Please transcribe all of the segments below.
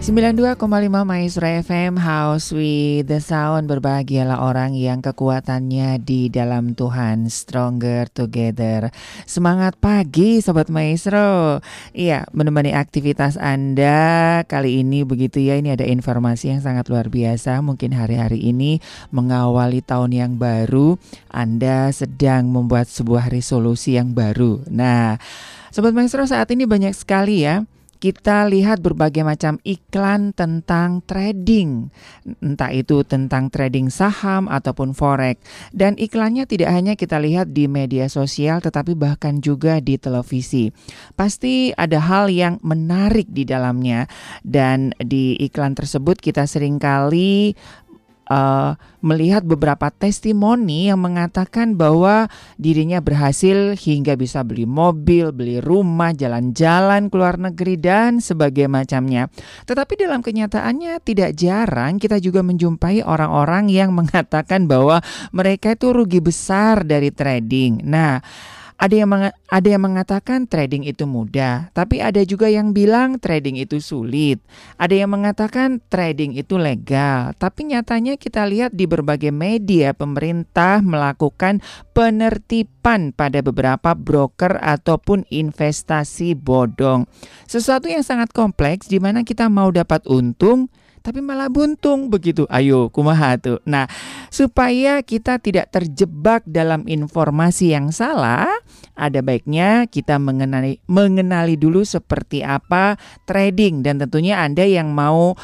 92,5 Maestro FM, House with the Sound. Berbahagialah orang yang kekuatannya di dalam Tuhan. Stronger together. Semangat pagi Sobat Maestro. Iya, menemani aktivitas Anda kali ini begitu ya. Ini ada informasi yang sangat luar biasa. Mungkin hari-hari ini mengawali tahun yang baru, Anda sedang membuat sebuah resolusi yang baru. Nah, Sobat Maestro, saat ini banyak sekali ya kita lihat berbagai macam iklan tentang trading, entah itu tentang trading saham ataupun forex. Dan iklannya tidak hanya kita lihat di media sosial, tetapi bahkan juga di televisi. Pasti ada hal yang menarik di dalamnya, dan di iklan tersebut kita seringkali melihat beberapa testimoni yang mengatakan bahwa dirinya berhasil hingga bisa beli mobil, beli rumah, jalan-jalan ke luar negeri dan sebagainya macamnya. Tetapi dalam kenyataannya tidak jarang kita juga menjumpai orang-orang yang mengatakan bahwa mereka itu rugi besar dari trading. Nah, ada yang mengatakan trading itu mudah, tapi ada juga yang bilang trading itu sulit. Ada yang mengatakan trading itu legal, tapi nyatanya kita lihat di berbagai media pemerintah melakukan penertiban pada beberapa broker ataupun investasi bodong. Sesuatu yang sangat kompleks di mana kita mau dapat untung tapi malah buntung begitu. Ayo, kumaha tuh. Nah, supaya kita tidak terjebak dalam informasi yang salah, ada baiknya kita mengenali dulu seperti apa trading. Dan tentunya Anda yang mau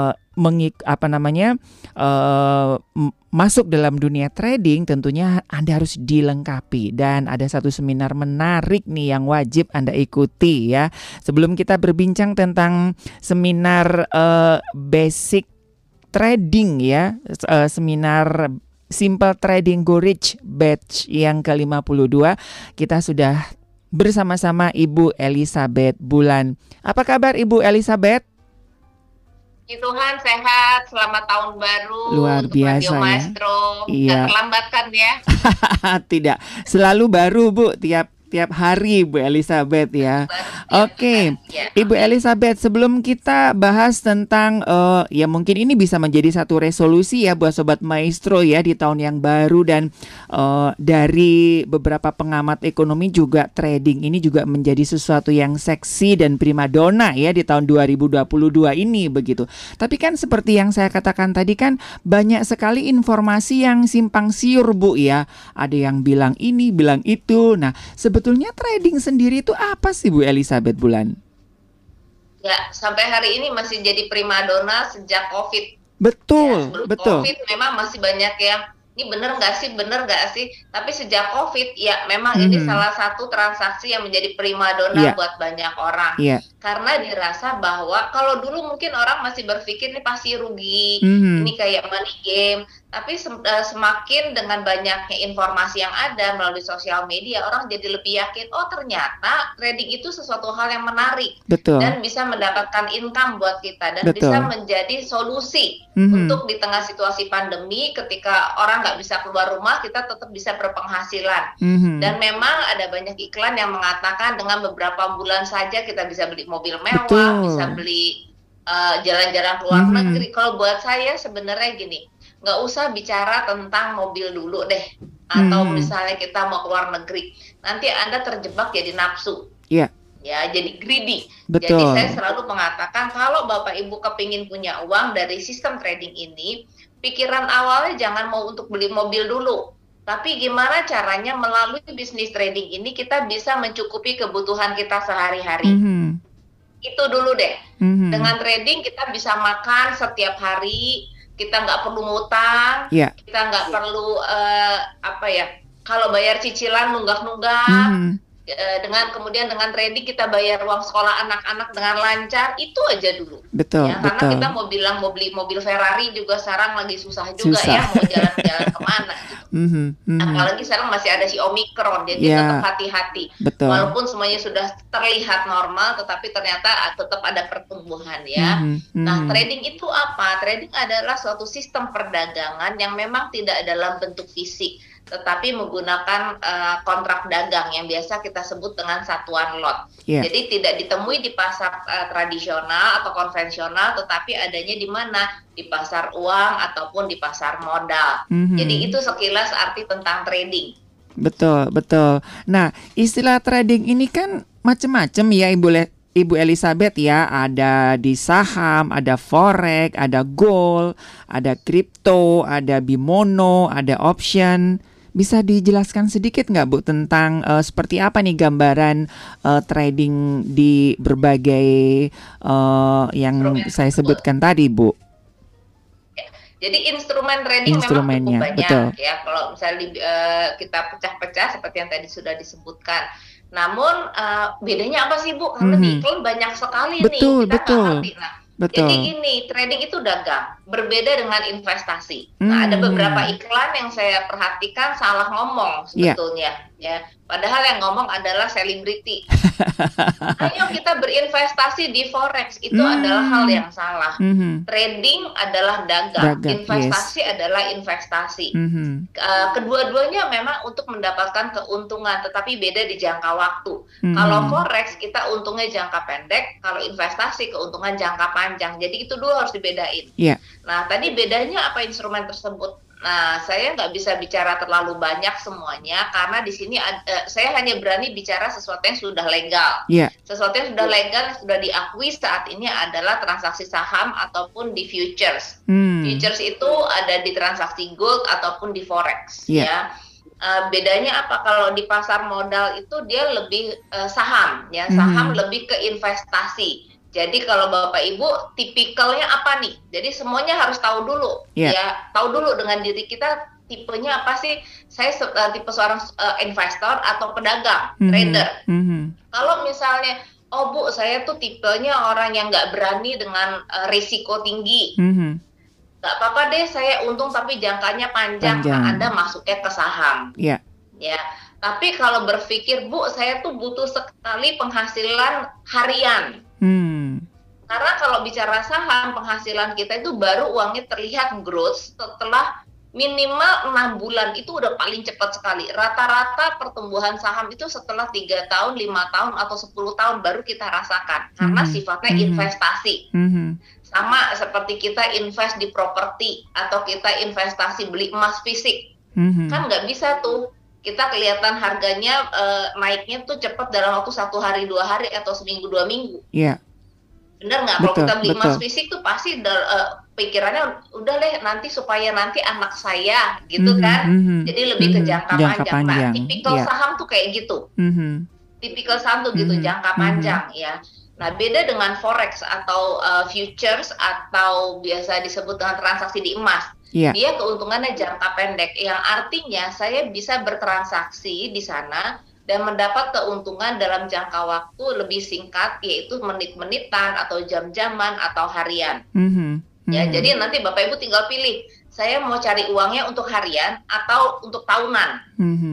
masuk dalam dunia trading, tentunya Anda harus dilengkapi. Dan ada satu seminar menarik nih yang wajib Anda ikuti ya. Sebelum kita berbincang tentang seminar basic trading ya, seminar Simple Trading Go Rich Batch yang ke-52, kita sudah bersama-sama Ibu Elizabeth Bulan. Apa kabar Ibu Elizabeth? Tuhan sehat, selamat tahun baru. Luar biasa Radio Maestro. Iya. Gak terlambat kan ya? Tidak, selalu baru Bu, tiap hari Bu Elizabeth ya. Oke, Ibu Elizabeth, sebelum kita bahas tentang ya mungkin ini bisa menjadi satu resolusi ya buat Sobat Maestro ya di tahun yang baru, dan dari beberapa pengamat ekonomi juga trading ini juga menjadi sesuatu yang seksi dan primadona ya di tahun 2022 ini begitu. Tapi kan seperti yang saya katakan tadi kan banyak sekali informasi yang simpang siur Bu ya. Ada yang bilang ini, bilang itu. Nah, sebetulnya trading sendiri itu apa sih Bu Elizabeth Bulan? Ya, sampai hari ini masih jadi primadona sejak COVID. Betul, ya, betul. COVID memang masih banyak yang ini bener nggak sih? Tapi sejak COVID ya memang ini salah satu transaksi yang menjadi primadona buat banyak orang. Karena dirasa bahwa kalau dulu mungkin orang masih berpikir ini pasti rugi, ini kayak money game. Tapi semakin dengan banyaknya informasi yang ada melalui sosial media, orang jadi lebih yakin, oh ternyata trading itu sesuatu hal yang menarik. Betul. Dan bisa mendapatkan income buat kita, dan bisa menjadi solusi untuk di tengah situasi pandemi ketika orang nggak bisa keluar rumah, kita tetap bisa berpenghasilan. Dan memang ada banyak iklan yang mengatakan dengan beberapa bulan saja kita bisa beli mobil mewah, bisa beli jalan-jalan ke luar negeri. Kalau buat saya sebenarnya gini, nggak usah bicara tentang mobil dulu deh, atau misalnya kita mau keluar negeri, nanti Anda terjebak jadi nafsu, ya jadi greedy. Betul. Jadi saya selalu mengatakan kalau Bapak Ibu kepingin punya uang dari sistem trading ini, pikiran awalnya jangan mau untuk beli mobil dulu, tapi gimana caranya melalui bisnis trading ini kita bisa mencukupi kebutuhan kita sehari-hari. Itu dulu deh. Dengan trading kita bisa makan setiap hari. Kita nggak perlu ngutang, kita nggak perlu kalau bayar cicilan nunggak-nunggak. Dengan trading kita bayar uang sekolah anak-anak dengan lancar, itu aja dulu. Betul, ya, karena kita mau bilang mau beli mobil Ferrari juga sekarang lagi susah juga ya, mau jalan-jalan kemana gitu. Apalagi sekarang masih ada si Omikron, jadi tetap hati-hati. Betul. Walaupun semuanya sudah terlihat normal, tetapi ternyata tetap ada pertumbuhan ya. Nah, trading itu apa? Trading adalah suatu sistem perdagangan yang memang tidak dalam bentuk fisik, tetapi menggunakan kontrak dagang yang biasa kita sebut dengan satuan lot. Yeah. Jadi tidak ditemui di pasar tradisional atau konvensional, tetapi adanya di mana? Di pasar uang ataupun di pasar modal. Jadi itu sekilas arti tentang trading. Betul, betul. Nah, istilah trading ini kan macam-macam ya Ibu Elizabeth ya. Ada di saham, ada forex, ada gold, ada kripto, ada bimono, ada option. Bisa dijelaskan sedikit nggak Bu tentang seperti apa nih gambaran trading di berbagai yang saya sebutkan tadi, Bu? Jadi instrumen trading memang cukup banyak, betul. Ya. Kalau misalnya kita pecah-pecah seperti yang tadi sudah disebutkan. Namun bedanya apa sih Bu? Karena di iklan banyak sekali nih, kita nggak ngerti. Nah, jadi gini, trading itu dagang, berbeda dengan investasi. Nah, ada beberapa iklan yang saya perhatikan salah ngomong sebetulnya. Ya, padahal yang ngomong adalah selebriti. Ayo kita berinvestasi di forex, itu adalah hal yang salah. Trading adalah dagang, investasi adalah investasi. Kedua-duanya memang untuk mendapatkan keuntungan, tetapi beda di jangka waktu. Kalau forex kita untungnya jangka pendek, kalau investasi keuntungan jangka panjang. Jadi itu dua harus dibedain. Nah, tadi bedanya apa instrumen tersebut? Nah, saya nggak bisa bicara terlalu banyak semuanya karena di sini saya hanya berani bicara sesuatu yang sudah legal. Sesuatu yang sudah legal, yang sudah diakui saat ini adalah transaksi saham ataupun di futures. Futures itu ada di transaksi gold ataupun di forex. Ya. Bedanya apa? Kalau di pasar modal itu dia lebih saham, ya saham lebih ke investasi. Jadi kalau Bapak Ibu tipikalnya apa nih? Jadi semuanya harus tahu dulu, ya tahu dulu dengan diri kita tipenya apa sih? Saya tipe seorang investor atau pedagang, trader. Kalau misalnya, oh Bu, saya tuh tipenya orang yang nggak berani dengan risiko tinggi. Nggak apa-apa deh, saya untung tapi jangkanya panjang. Nah, Anda masuknya ke saham. Ya. Tapi kalau berpikir, Bu, saya tuh butuh sekali penghasilan harian. Karena kalau bicara saham, penghasilan kita itu baru uangnya terlihat growth setelah minimal 6 bulan, itu udah paling cepat sekali. Rata-rata pertumbuhan saham itu setelah 3 tahun, 5 tahun, atau 10 tahun baru kita rasakan. Karena sifatnya investasi. Sama seperti kita invest di properti, atau kita investasi beli emas fisik. Kan nggak bisa tuh. Kita kelihatan harganya naiknya tuh cepat dalam waktu 1 hari, 2 hari, atau seminggu, 2 minggu. Bener nggak? Kalau kita beli emas fisik tuh pasti pikirannya udah deh nanti supaya nanti anak saya gitu kan. Jadi lebih ke jangka panjang. Nah, tipikal saham tuh kayak gitu. Tipikal saham tuh gitu, jangka panjang ya. Nah, beda dengan forex atau futures atau biasa disebut dengan transaksi di emas. Dia keuntungannya jangka pendek, yang artinya saya bisa bertransaksi di sana dan mendapat keuntungan dalam jangka waktu lebih singkat, yaitu menit-menitan atau jam-jaman atau harian. Ya, jadi nanti Bapak Ibu tinggal pilih, saya mau cari uangnya untuk harian atau untuk tahunan.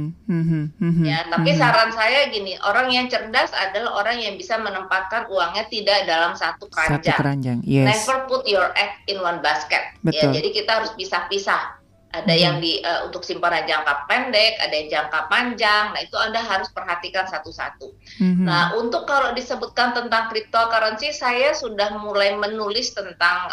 Ya, tapi saran saya gini, orang yang cerdas adalah orang yang bisa menempatkan uangnya tidak dalam satu keranjang. Never put your egg in one basket. Ya, jadi kita harus pisah-pisah. Ada yang untuk simpanan jangka pendek, ada yang jangka panjang. Nah, itu Anda harus perhatikan satu-satu. Nah, untuk kalau disebutkan tentang cryptocurrency, saya sudah mulai menulis tentang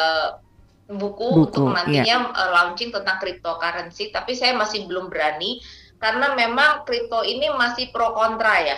buku untuk nantinya launching tentang cryptocurrency, tapi saya masih belum berani karena memang kripto ini masih pro kontra ya.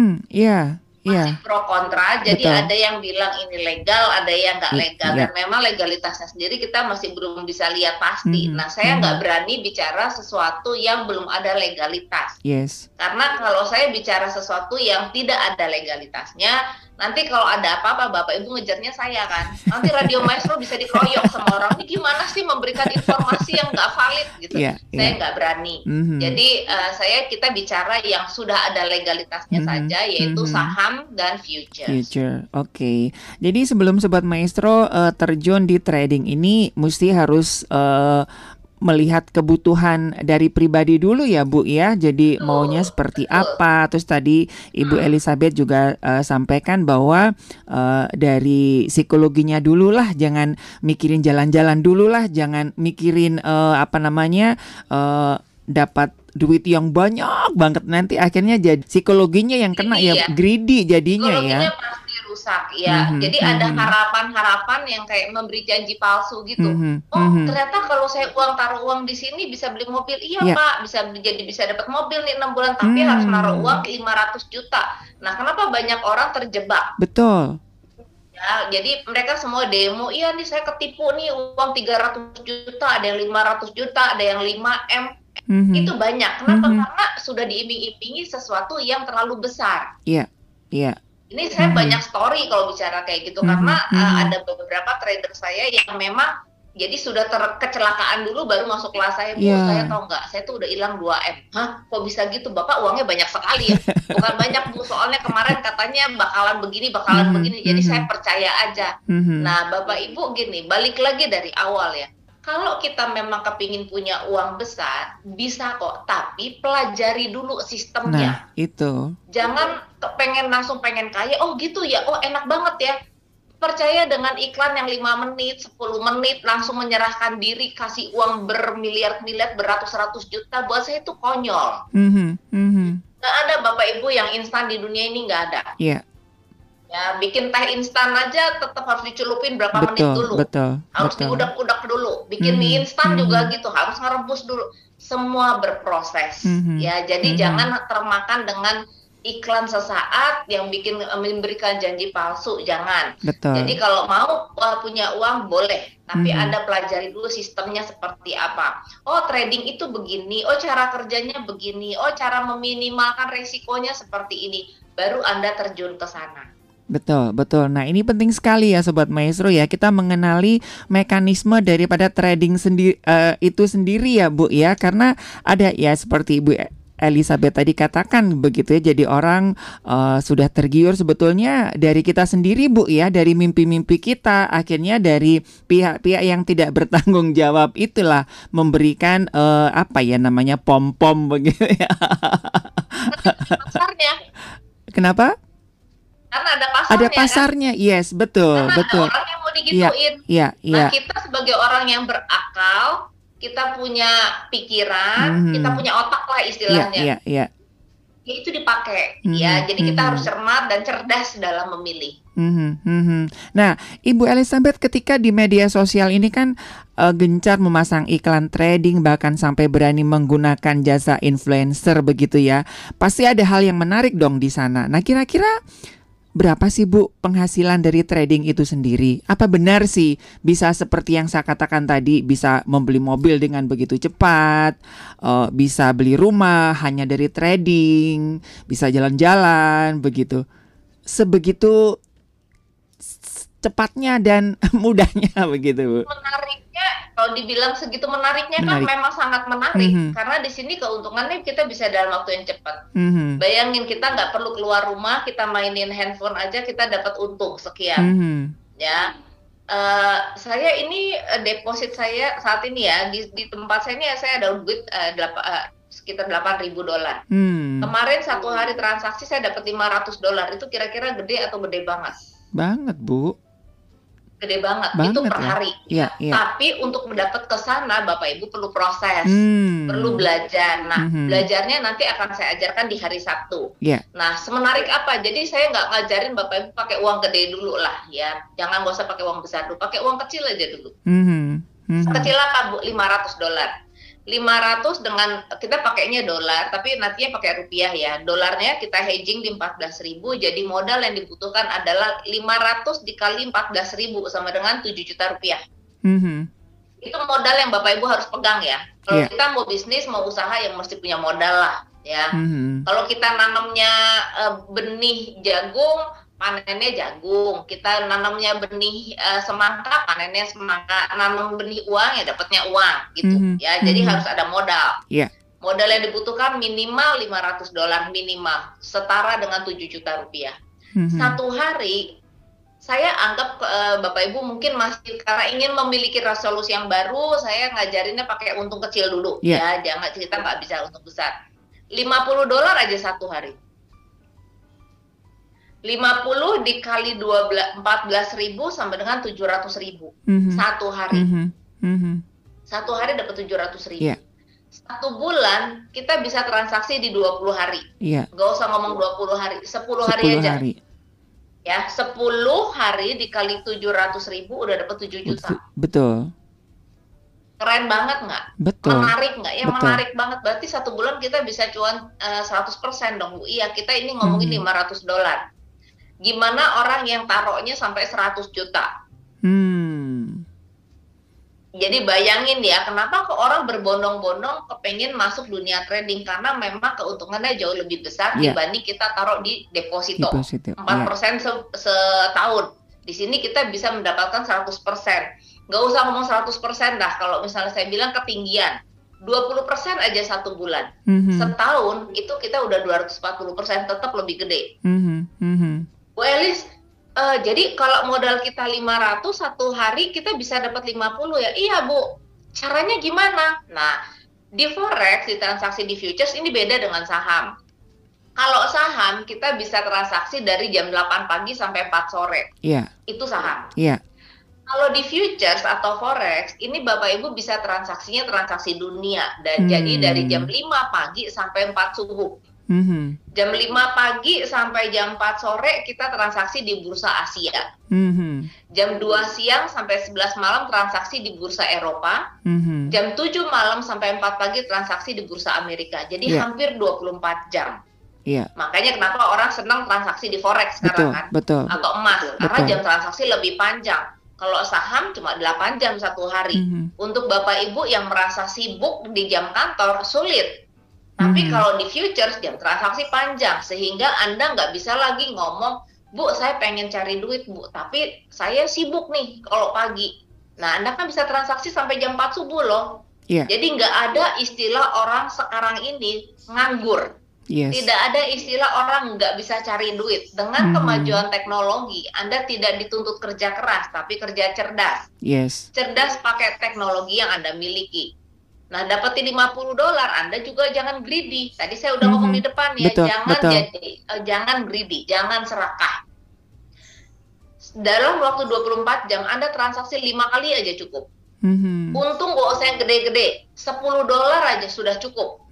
Masih pro kontra, jadi ada yang bilang ini legal, ada yang nggak legal, dan memang legalitasnya sendiri kita masih belum bisa lihat pasti. Nah, saya nggak berani bicara sesuatu yang belum ada legalitas. Karena kalau saya bicara sesuatu yang tidak ada legalitasnya, nanti kalau ada apa-apa Bapak Ibu ngejarnya saya kan. Nanti Radio Maestro bisa dikeroyok sama orang, ini gimana sih memberikan informasi yang nggak valid gitu. Saya nggak berani. Jadi kita bicara yang sudah ada legalitasnya saja, yaitu saham dan futures. Oke. Jadi sebelum Sobat Maestro terjun di trading ini mesti harus melihat kebutuhan dari pribadi dulu ya Bu ya. Jadi maunya seperti apa. Terus tadi Ibu Elizabeth juga sampaikan bahwa dari psikologinya dulu lah, jangan mikirin jalan-jalan dulu lah, jangan mikirin dapat duit yang banyak banget, nanti akhirnya jadi psikologinya yang kena ya, greedy jadinya ya. Psikologinya pasti rusak ya. Jadi ada harapan-harapan yang kayak memberi janji palsu gitu. Ternyata kalau saya taruh uang di sini bisa beli mobil. Iya Pak, bisa dapat mobil nih 6 bulan, tapi harus naruh uang 500 juta. Nah, kenapa banyak orang terjebak? Betul. Ya, jadi mereka semua demo, iya nih saya ketipu nih uang 300 juta, ada yang 500 juta, ada yang 5M. Itu banyak. Kenapa? Karena sudah diiming-imingi sesuatu yang terlalu besar. Iya, iya. Ini saya banyak story kalau bicara kayak gitu, karena ada beberapa trader saya yang memang jadi sudah kecelakaan dulu baru masuk kelas saya. Bu, saya tahu nggak, saya tuh udah hilang 2M. Hah? Kok bisa gitu? Bapak uangnya banyak sekali ya? Bukan banyak Bu, soalnya kemarin katanya bakalan begini. Jadi saya percaya aja. Nah, Bapak Ibu gini, balik lagi dari awal ya. Kalau kita memang kepingin punya uang besar, bisa kok. Tapi pelajari dulu sistemnya. Nah, itu. Jangan langsung pengen kaya. Oh gitu ya, oh enak banget ya. Percaya dengan iklan yang 5 menit, 10 menit, langsung menyerahkan diri, kasih uang bermiliar-miliar, beratus-ratus juta. Buat saya itu konyol. Nggak ada Bapak Ibu yang instan di dunia ini, nggak ada. Iya. Ya, bikin teh instan aja tetap harus dicelupin berapa menit dulu. Harus diudak-udak dulu. Bikin mie instan juga gitu, harus ngerebus dulu. Semua berproses. Ya, jadi jangan termakan dengan iklan sesaat yang memberikan janji palsu, jangan. Jadi kalau mau punya uang boleh, tapi Anda pelajari dulu sistemnya seperti apa. Oh, trading itu begini, oh cara kerjanya begini, oh cara meminimalkan resikonya seperti ini. Baru Anda terjun ke sana. Betul, betul. Nah, ini penting sekali ya Sobat Maestro ya, kita mengenali mekanisme daripada trading itu sendiri ya Bu ya, karena ada ya seperti Ibu Elizabeth tadi katakan begitu ya, jadi orang sudah tergiur sebetulnya dari kita sendiri Bu ya, dari mimpi-mimpi kita, akhirnya dari pihak-pihak yang tidak bertanggung jawab itulah memberikan namanya pom-pom begitu ya. Pasarnya. Kenapa? Karena ada pasarnya. Ada pasarnya, kan? Yes, betul, karena betul. Ada orang yang mau digituin. Nah, kita sebagai orang yang berakal, kita punya pikiran, kita punya otak lah istilahnya. Ya, itu dipakai, ya. Jadi kita harus cermat dan cerdas dalam memilih. Nah, Ibu Elizabeth, ketika di media sosial ini kan gencar memasang iklan trading, bahkan sampai berani menggunakan jasa influencer begitu ya. Pasti ada hal yang menarik dong di sana. Nah, kira-kira berapa sih Bu penghasilan dari trading itu sendiri? Apa benar sih bisa seperti yang saya katakan tadi, bisa membeli mobil dengan begitu cepat, bisa beli rumah hanya dari trading, bisa jalan-jalan begitu? Sebegitu cepatnya dan mudahnya begitu Bu? Menariknya, kalau dibilang segitu menariknya kan memang sangat menarik. Karena di sini keuntungannya kita bisa dalam waktu yang cepat. Bayangin, kita nggak perlu keluar rumah, kita mainin handphone aja kita dapat untung sekian. Ya, saya ini deposit saya saat ini ya di tempat saya ini saya ada duit sekitar $8.000. Kemarin satu hari transaksi saya dapat $500. Itu kira-kira gede atau gede banget? Banget Bu. Gede banget itu per hari. Tapi untuk mendapat ke sana Bapak Ibu perlu proses, perlu belajar. Nah, belajarnya nanti akan saya ajarkan di hari Sabtu. Nah, semenarik apa? Jadi saya nggak ngajarin Bapak Ibu pakai uang gede dulu lah ya. Jangan, nggak usah pakai uang besar dulu, pakai uang kecil aja dulu. Kecil apa Bu? $500. 500 dengan kita pakainya dolar, tapi nantinya pakai rupiah ya. Dolarnya kita hedging di 14.000, jadi modal yang dibutuhkan adalah 500 dikali 14.000 sama dengan 7 juta rupiah. Itu modal yang Bapak Ibu harus pegang ya. Kalau kita mau bisnis, mau usaha, yang mesti punya modal lah ya. Kalau kita nanamnya benih jagung, panennya jagung. Kita nanamnya benih semangka, panennya semangka. Nanam benih uang, ya dapatnya uang gitu ya. Jadi harus ada modal. Modal yang dibutuhkan minimal $500 minimal, setara dengan 7 juta rupiah. Satu hari saya anggap Bapak Ibu mungkin masih karena ingin memiliki resolusi yang baru, saya ngajarinnya pakai untung kecil dulu ya. Jangan, kita nggak bisa untung besar. $50 aja satu hari. 50 dikali 14.000 sama dengan 700.000 satu hari. Satu hari dapat 700.000. 1 bulan kita bisa transaksi di 20 hari. Iya. Nggak usah ngomong 20 hari, 10 hari 10 aja. hari. Ya, 10 hari dikali 700.000 udah dapat 7 juta. Betul. Keren banget nggak? Betul. Menarik nggak? Ya Betul. menarik banget. Berarti 1 bulan kita bisa cuan 100% dong, Bu. Iya, kita ini ngomongin $500. Gimana orang yang taruhnya sampai 100 juta? Jadi bayangin ya, kenapa kok orang berbondong-bondong kepengen masuk dunia trading, karena memang keuntungannya jauh lebih besar dibanding kita taruh di deposito. 4% setahun. Di sini kita bisa mendapatkan 100%. Nggak usah ngomong 100% dah, kalau misalnya saya bilang ketinggian. 20% aja 1 bulan. Setahun itu kita udah 240%, tetap lebih gede. Bu Elis, jadi kalau modal kita 500 1 hari kita bisa dapat 50 ya? Iya Bu, caranya gimana? Nah, di forex, di transaksi di futures ini beda dengan saham. Kalau saham kita bisa transaksi dari jam 8 pagi sampai 4 sore. Iya. Itu saham. Iya. Kalau di futures atau forex, ini Bapak Ibu bisa transaksinya transaksi dunia. Dan jadi dari jam 5 pagi sampai 4 subuh. Jam 5 pagi sampai jam 4 sore kita transaksi di bursa Asia. Jam 2 siang sampai 11 malam transaksi di bursa Eropa. Jam 7 malam sampai 4 pagi transaksi di bursa Amerika. Jadi hampir 24 jam. Makanya kenapa orang senang transaksi di forex sekarang kan? Atau emas, karena jam transaksi lebih panjang. Kalau saham cuma 8 jam 1 hari. Untuk Bapak Ibu yang merasa sibuk di jam kantor, sulit. Tapi kalau di futures jam transaksi panjang, sehingga Anda nggak bisa lagi ngomong, Bu, saya pengen cari duit, Bu, tapi saya sibuk nih kalau pagi. Nah, Anda kan bisa transaksi sampai jam 4 subuh loh. Jadi nggak ada istilah orang sekarang ini nganggur. Tidak ada istilah orang nggak bisa cari duit. Dengan kemajuan teknologi, Anda tidak dituntut kerja keras, tapi kerja cerdas. Cerdas pakai teknologi yang Anda miliki. Nah, dapetin $50, Anda juga jangan greedy. Tadi saya udah ngomong di depan ya, jangan greedy, jangan serakah. Dalam waktu 24 jam Anda transaksi 5 kali aja cukup. Untung nggak usah yang gede-gede, $10 aja sudah cukup.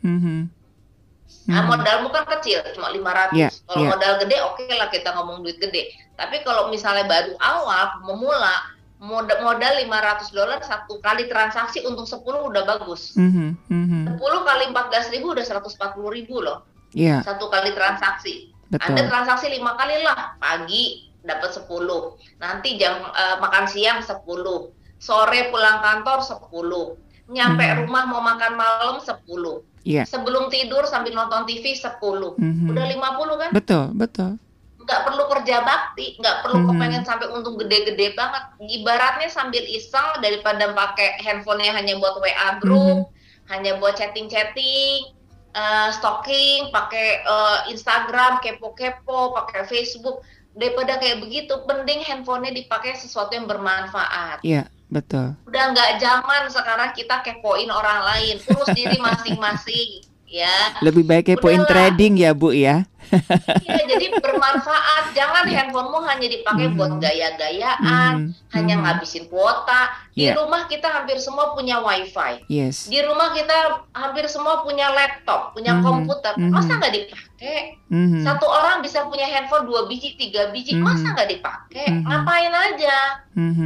Nah, modalmu kan kecil, cuma 500. Kalau modal gede, oke lah kita ngomong duit gede. Tapi kalau misalnya baru awal, memula, modal $500 1 kali transaksi untung 10 udah bagus. 10 kali 14.000 udah 140.000 loh. 1 kali transaksi. Anda transaksi 5 kali lah, pagi dapat 10, nanti jam makan siang 10, sore pulang kantor 10, nyampe rumah mau makan malam 10, sebelum tidur sambil nonton TV 10, udah 50 kan? Betul. Nggak perlu kerja bakti, nggak perlu kepengen sampai untung gede-gede banget. Ibaratnya sambil iseng daripada pakai handphonenya hanya buat WA group, hanya buat chatting-chatting, stalking, pakai Instagram, kepo-kepo, pakai Facebook. Daripada kayak begitu, mending handphonenya dipakai sesuatu yang bermanfaat. Betul. Udah nggak zaman sekarang kita kepoin orang lain, urus diri masing-masing. Ya. Lebih baik kepoin trading ya Bu ya. Iya, jadi bermanfaat. Jangan handphonemu hanya dipakai buat gaya-gayaan, hanya ngabisin kuota. Di rumah kita hampir semua punya wifi. Di rumah kita hampir semua punya laptop, punya komputer. Masa nggak dipakai? Satu orang bisa punya handphone 2 biji, 3 biji. Masa nggak dipakai? Ngapain aja?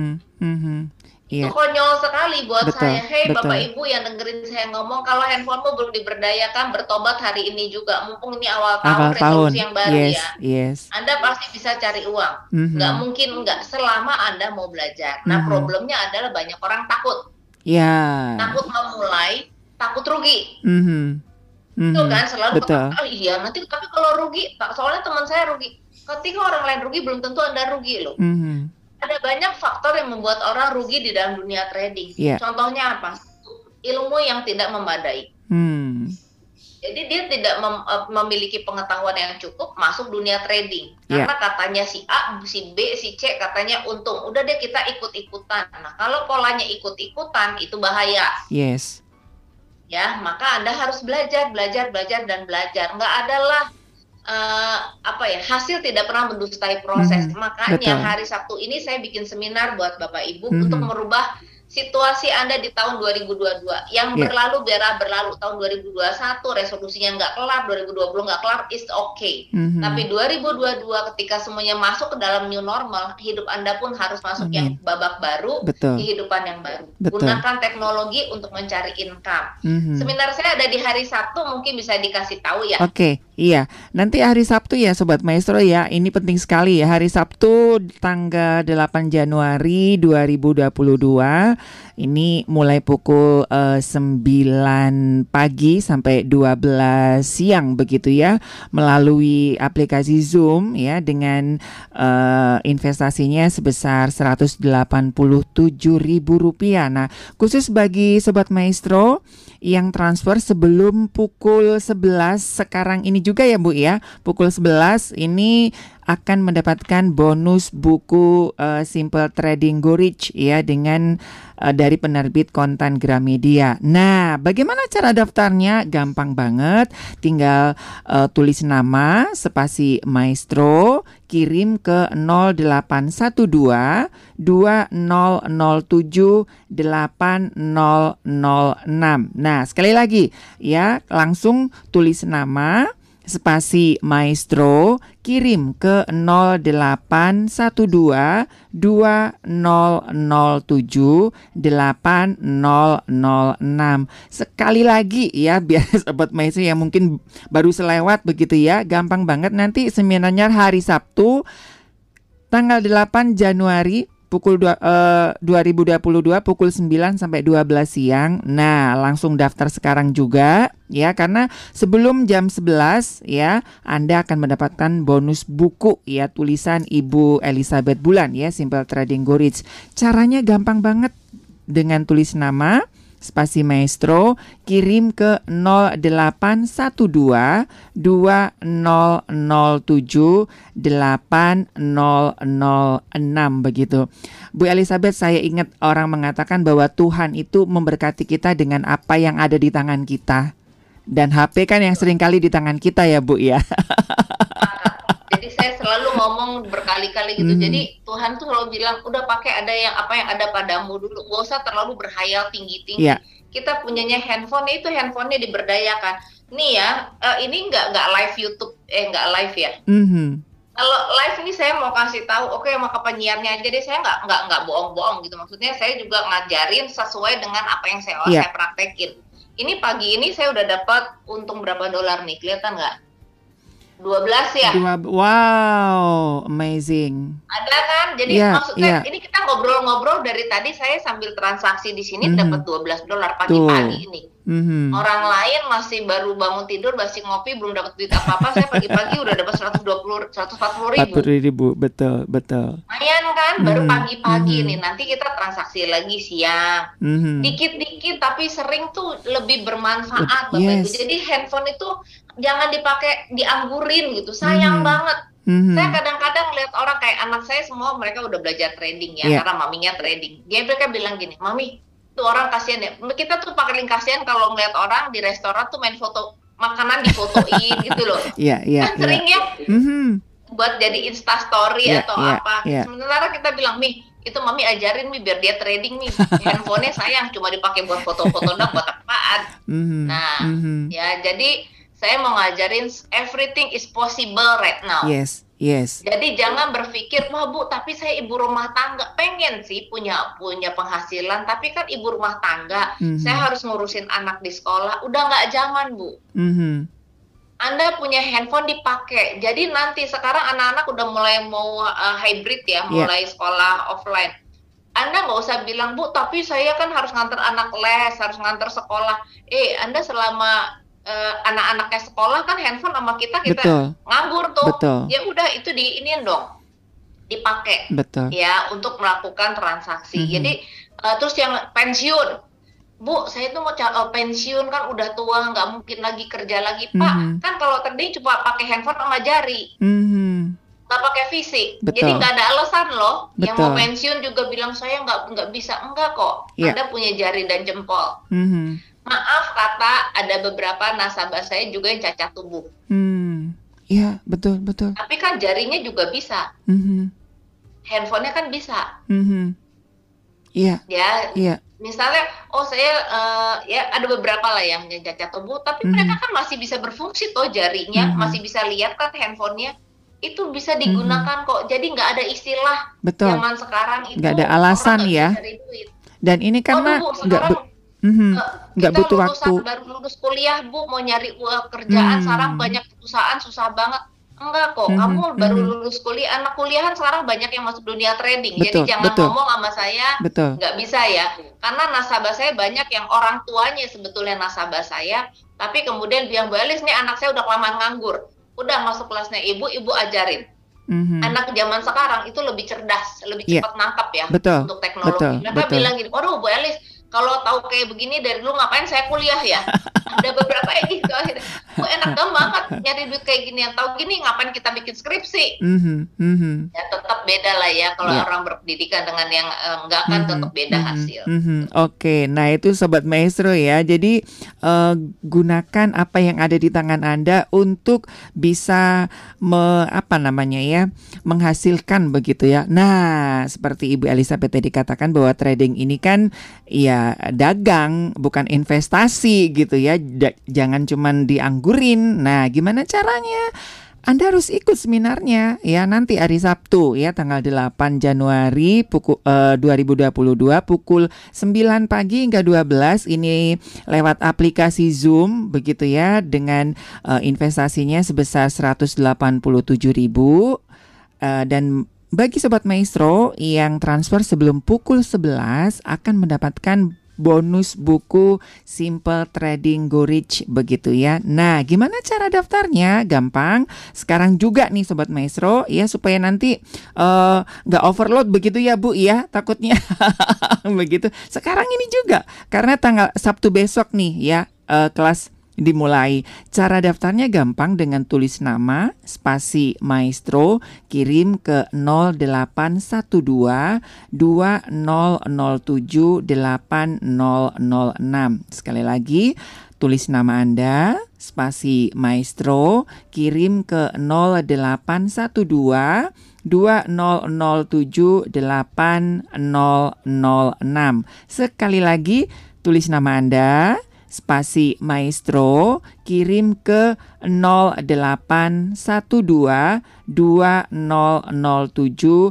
Itu konyol sekali buat saya. Hei Bapak Ibu yang dengerin saya ngomong, kalau handphonemu belum diberdayakan, bertobat hari ini juga. Mumpung ini awal tahun, resolusi yang baru Anda pasti bisa cari uang. Nggak mungkin nggak, selama Anda mau belajar. Nah, problemnya adalah banyak orang takut. Takut memulai, takut rugi. Itu kan selalu, iya nanti tapi kalau rugi, soalnya teman saya rugi. Ketika orang lain rugi, belum tentu Anda rugi loh. Ada banyak faktor yang membuat orang rugi di dalam dunia trading. Contohnya apa? Ilmu yang tidak memadai. Jadi dia tidak memiliki pengetahuan yang cukup masuk dunia trading. Karena katanya si A, si B, si C katanya untung. Udah deh kita ikut-ikutan. Nah, kalau polanya ikut-ikutan itu bahaya. Ya, maka Anda harus belajar. Nggak adalah hasil tidak pernah mendustai proses. Makanya hari Sabtu ini saya bikin seminar buat Bapak Ibu untuk merubah situasi Anda di tahun 2022 yang berlalu biar berlalu, tahun 2021 resolusinya nggak kelar, 2020 nggak kelar, is okay. Tapi 2022 ketika semuanya masuk ke dalam new normal, hidup Anda pun harus masuk yang babak baru, kehidupan yang baru. Gunakan teknologi untuk mencari income. Seminar saya ada di hari Sabtu, mungkin bisa dikasih tahu ya. Oke, iya. Nanti hari Sabtu ya Sobat Maestro ya, ini penting sekali ya. Hari Sabtu tanggal 8 Januari 2022. Ini mulai pukul 9 pagi sampai 12 siang begitu ya, melalui aplikasi Zoom ya, dengan investasinya sebesar Rp187.000. Nah, khusus bagi Sobat Maestro yang transfer sebelum pukul 11 sekarang ini juga ya Bu ya, pukul 11 ini akan mendapatkan bonus buku Simple Trading Go Rich ya, dengan dari penerbit Kontan Gramedia. Nah, bagaimana cara daftarnya? Gampang banget, tinggal tulis nama spasi Maestro, kirim ke 0812 2007 8006. Nah, sekali lagi ya, langsung tulis nama spasi Maestro, kirim ke 0812 2007 8006. Sekali lagi ya, biar Sobat Maestro yang mungkin baru selewat begitu ya, gampang banget. Nanti seminarnya hari Sabtu tanggal 8 Januari pukul 2022 pukul 9 sampai 12 siang. Nah, langsung daftar sekarang juga ya, karena sebelum jam 11 ya Anda akan mendapatkan bonus buku ya, tulisan Ibu Elizabeth Bulan ya, Simple Trading Go Rich. Caranya gampang banget, dengan tulis nama spasi Maestro, kirim ke 0812 2007 8006 begitu. Bu Elizabeth, saya ingat orang mengatakan bahwa Tuhan itu memberkati kita dengan apa yang ada di tangan kita. Dan HP kan yang sering kali di tangan kita ya Bu ya. Jadi saya selalu ngomong berkali-kali gitu. Jadi Tuhan tuh selalu bilang, udah pakai apa yang ada padamu dulu. Gak usah terlalu berhayal tinggi-tinggi. Yeah. Kita punyanya handphone, itu handphonenya diberdayakan. Nih ya, ini nggak live YouTube, nggak live ya. Kalau live ini saya mau kasih tahu, oke, maka penyiarnya aja deh. Saya nggak bohong-bohong gitu. Maksudnya saya juga ngajarin sesuai dengan apa yang saya praktekin. Ini pagi ini saya udah dapat untung berapa dolar nih, kelihatan nggak? 12 ya. Wow, amazing. Ada kan? Jadi maksudnya ini kita ngobrol-ngobrol dari tadi, saya sambil transaksi di sini dapat 12 dolar pagi-pagi ini. Orang lain masih baru bangun tidur, masih ngopi, belum dapat duit apa-apa. Saya pagi-pagi udah dapat 140.000. Betul. Lumayan kan? Baru pagi-pagi nih. Nanti kita transaksi lagi siang. Dikit-dikit tapi sering tuh lebih bermanfaat, Bapak Ibu. Jadi handphone itu jangan dipakai dianggurin gitu. Sayang banget. Saya kadang-kadang lihat orang kayak anak saya, semua mereka udah belajar trading ya, karena maminya trading. Mereka bilang gini, "Mami, tuh orang kasihan ya." Kita tuh paling kasihan kalau ngeliat orang di restoran tuh main foto makanan, difotoin gitu loh. Sering ya buat jadi Insta story atau apa. Sementara kita bilang, "Mi, itu mami ajarin Mi biar dia trading Mi. Handphonenya sayang, cuma dipakai buat foto-foto dong, buat apaan." Nah, ya jadi saya mau ngajarin everything is possible right now. Yes. Jadi jangan berpikir, wah Bu, tapi saya ibu rumah tangga. Pengen sih punya penghasilan, tapi kan ibu rumah tangga. Saya harus ngurusin anak di sekolah. Udah nggak zaman Bu. Anda punya handphone dipakai. Jadi nanti sekarang anak-anak udah mulai mau hybrid ya, mulai sekolah offline. Anda nggak usah bilang, Bu, tapi saya kan harus nganter anak les, harus nganter sekolah. Anda selama anak-anaknya sekolah kan handphone sama kita nganggur tuh. Ya udah, itu diinin dong, dipakai ya untuk melakukan transaksi. Jadi terus yang pensiun, Bu, saya tuh mau pensiun kan udah tua, nggak mungkin lagi kerja lagi. Pak, kan kalau trading cuma pakai handphone sama jari, nggak pakai fisik. Jadi nggak ada alasan loh. Yang mau pensiun juga bilang saya nggak bisa. Enggak kok. Anda punya jari dan jempol. Maaf kata, ada beberapa nasabah saya juga yang cacat tubuh. Iya, betul. Tapi kan jarinya juga bisa. Handphonenya kan bisa. Iya, Ya, iya. misalnya, oh saya ya ada beberapa lah yang cacat tubuh, tapi mereka Mhm, kan masih bisa berfungsi toh jarinya, mhm, masih bisa lihat kan handphonenya, itu bisa mhm. digunakan kok. Jadi nggak ada istilah Betul, zaman sekarang nggak itu ada orang alasan nggak bisa ya. cari duit. Dan ini Waduh karena Bu, sekarang mhm, nggak kita butuh waktu. lulusan baru lulus kuliah Bu, mau nyari kerjaan sekarang Hmm, banyak perusahaan susah banget. Enggak kok, mhm, kamu baru mhm. lulus kuliah, anak kuliahan sekarang banyak yang masuk dunia trading. Jadi Betul, jangan betul, ngomong sama saya betul. nggak bisa ya. Karena nasabah saya banyak yang orang tuanya sebetulnya nasabah saya, tapi kemudian bilang, Bu Elis, nih anak saya udah kelamaan nganggur. Udah masuk kelasnya ibu, ibu ajarin. Mhm. Anak zaman sekarang itu lebih cerdas, lebih Iya, cepat nangkap ya betul, untuk teknologi. betul, Mereka betul. bilang gini, waduh Bu Elis, kalau tahu kayak begini dari dulu ngapain saya kuliah ya? Ada beberapa yang gitu akhirnya. Bu enak banget nyari duit kayak gini. Yang tahu gini ngapain kita bikin skripsi? Mhm, mhm. Ya tetap beda lah ya kalau Iya. orang berpendidikan dengan yang enggak kan tetap Mhm, beda mhm, hasil. mhm. Oke, nah itu Sobat Maestro ya. Jadi gunakan apa yang ada di tangan Anda untuk bisa apa namanya ya, menghasilkan begitu ya. Nah, seperti Ibu Elizabeth tadi katakan bahwa trading ini kan ya dagang, bukan investasi gitu ya. Jangan cuman dianggurin. Nah, gimana caranya? Anda harus ikut seminarnya ya nanti hari Sabtu ya tanggal 8 Januari 2022 pukul 9 pagi hingga 12 ini lewat aplikasi Zoom begitu ya dengan investasinya sebesar 187.000 dan bagi Sobat Maestro yang transfer sebelum pukul 11 akan mendapatkan bonus buku Simple Trading Go Rich begitu ya. Nah, gimana cara daftarnya? Gampang. Sekarang juga nih Sobat Maestro ya supaya nanti nggak overload begitu ya Bu ya takutnya begitu. Sekarang ini juga karena tanggal Sabtu besok nih ya kelas dimulai. Cara daftarnya gampang dengan tulis nama, spasi Maestro, kirim ke 0812 2007 8006. Sekali lagi, tulis nama Anda, spasi Maestro, kirim ke 0812 2007 8006. Sekali lagi, tulis nama Anda, spasi Maestro, kirim ke 0812 2007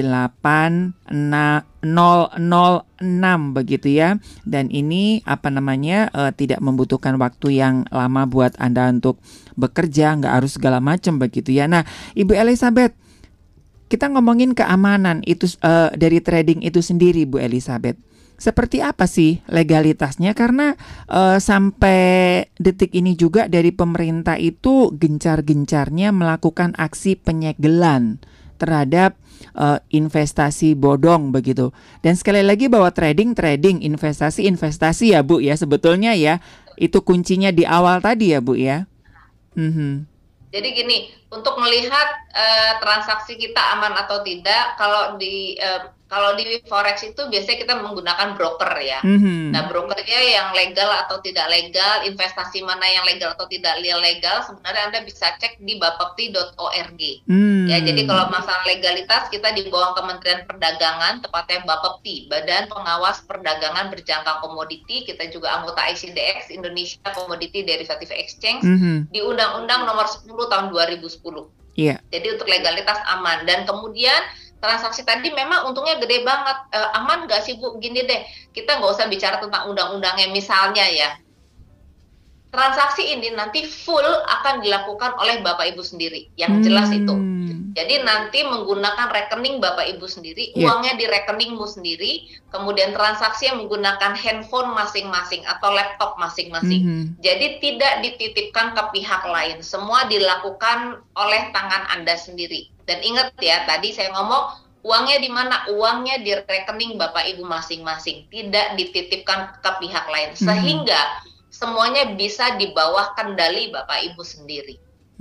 8006 begitu ya. Dan ini apa namanya tidak membutuhkan waktu yang lama buat Anda untuk bekerja, nggak harus segala macam begitu ya. Nah, Ibu Elizabeth, kita ngomongin keamanan itu dari trading itu sendiri, Bu Elizabeth. Seperti apa sih legalitasnya? Karena sampai detik ini juga dari pemerintah itu gencar-gencarnya melakukan aksi penyegelan terhadap investasi bodong begitu. Dan sekali lagi bahwa trading, investasi ya Bu ya sebetulnya ya. Itu kuncinya di awal tadi ya Bu ya. Mhm. Jadi gini, untuk melihat transaksi kita aman atau tidak, kalau di forex itu biasanya kita menggunakan broker ya. Nah, Mhm. brokernya yang legal atau tidak legal, investasi mana yang legal atau tidak legal, sebenarnya Anda bisa cek di bapepti.org. Ya, jadi kalau masalah legalitas kita di bawah Kementerian Perdagangan, tepatnya Bapepti, Badan Pengawas Perdagangan Berjangka Komoditi, kita juga anggota ICDX, Indonesia Commodity Derivative Exchange, Mhm. di Undang-Undang Nomor 10 Tahun 2010. Iya. Jadi untuk legalitas aman. Dan kemudian transaksi tadi memang untungnya gede banget. Aman nggak sih Bu? Gini deh, kita nggak usah bicara tentang undang-undangnya misalnya ya. Transaksi ini nanti full akan dilakukan oleh Bapak Ibu sendiri. Yang jelas itu. Jadi nanti menggunakan rekening Bapak Ibu sendiri, Iya. uangnya di rekeningmu sendiri, kemudian transaksi yang menggunakan handphone masing-masing atau laptop masing-masing. Mhm. Jadi tidak dititipkan ke pihak lain, semua dilakukan oleh tangan Anda sendiri. Dan ingat ya, tadi saya ngomong uangnya di mana? Uangnya di rekening Bapak Ibu masing-masing, tidak dititipkan ke pihak lain. Sehingga semuanya bisa di bawah kendali Bapak Ibu sendiri.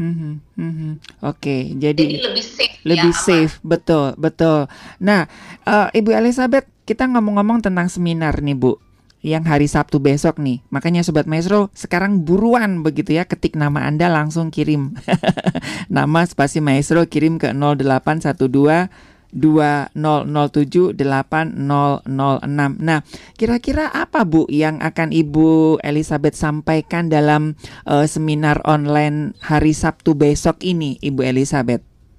Oke, Jadi lebih safe lebih ya, safe, betul, betul. Nah, Ibu Elizabeth, kita ngomong-ngomong tentang seminar nih Bu, yang hari Sabtu besok nih. Makanya Sobat Maestro, sekarang buruan begitu ya, ketik nama Anda langsung kirim. Nama spasi Maestro kirim ke 0812 20078006. Nah, kira-kira apa Bu yang akan Ibu Elizabeth sampaikan dalam seminar online hari Sabtu besok ini, Ibu Elizabeth?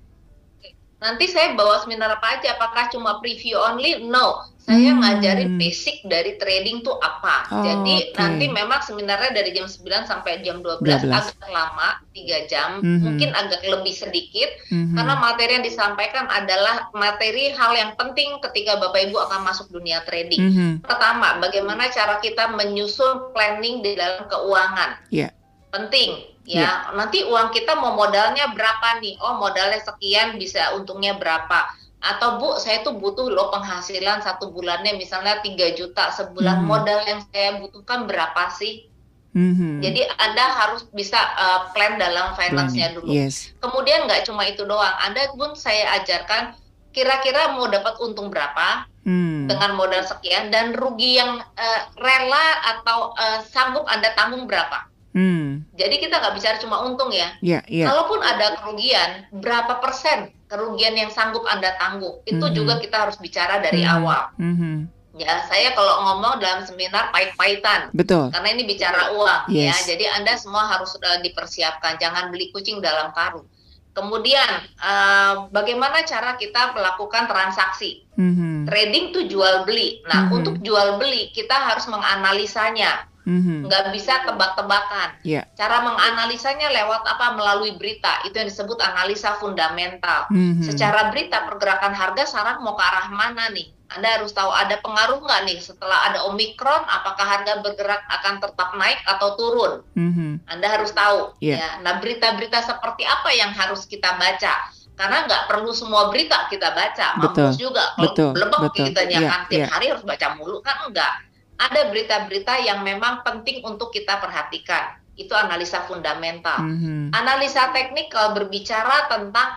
Nanti saya bawa seminar apa aja? Apakah cuma preview only? No, saya ngajarin basic dari trading tuh apa. Jadi nanti memang seminarnya dari jam 9 sampai jam 12 agak lama, 3 jam, mungkin agak lebih sedikit, karena materi yang disampaikan adalah materi hal yang penting ketika Bapak Ibu akan masuk dunia trading. Pertama, bagaimana cara kita menyusun planning di dalam keuangan. Penting. Ya, nanti uang kita mau modalnya berapa nih? Oh, modalnya sekian, bisa untungnya berapa? Atau Bu, saya tuh butuh loh penghasilan 1 bulannya misalnya 3 juta sebulan. Modal yang saya butuhkan berapa sih? Jadi Anda harus bisa plan dalam finance-nya dulu. Kemudian nggak cuma itu doang. Anda pun saya ajarkan kira-kira mau dapat untung berapa dengan modal sekian, dan rugi yang rela atau sanggup Anda tanggung berapa. Jadi kita nggak bicara cuma untung ya. Kalaupun ada kerugian, berapa persen kerugian yang sanggup Anda tanggung? Itu juga kita harus bicara dari awal. Ya, saya kalau ngomong dalam seminar pahit-pahitan. Betul. Karena ini bicara uang ya. Jadi Anda semua harus dipersiapkan. Jangan beli kucing dalam karung. Kemudian bagaimana cara kita melakukan transaksi? Trading tuh jual beli. Nah, untuk jual beli kita harus menganalisanya. Nggak bisa tebak-tebakan. Cara menganalisanya lewat apa? Melalui berita. Itu yang disebut analisa fundamental. Secara berita pergerakan harga sekarang mau ke arah mana nih? Anda harus tahu ada pengaruh nggak nih setelah ada Omikron, apakah harga bergerak akan tetap naik atau turun? Anda harus tahu. Ya. Nah, berita-berita seperti apa yang harus kita baca? Karena nggak perlu semua berita kita baca. Mampus juga kalau lebek kita nyakan tiap hari harus baca mulu, kan enggak. Ada berita-berita yang memang penting untuk kita perhatikan. Itu analisa fundamental. Analisa teknikal berbicara tentang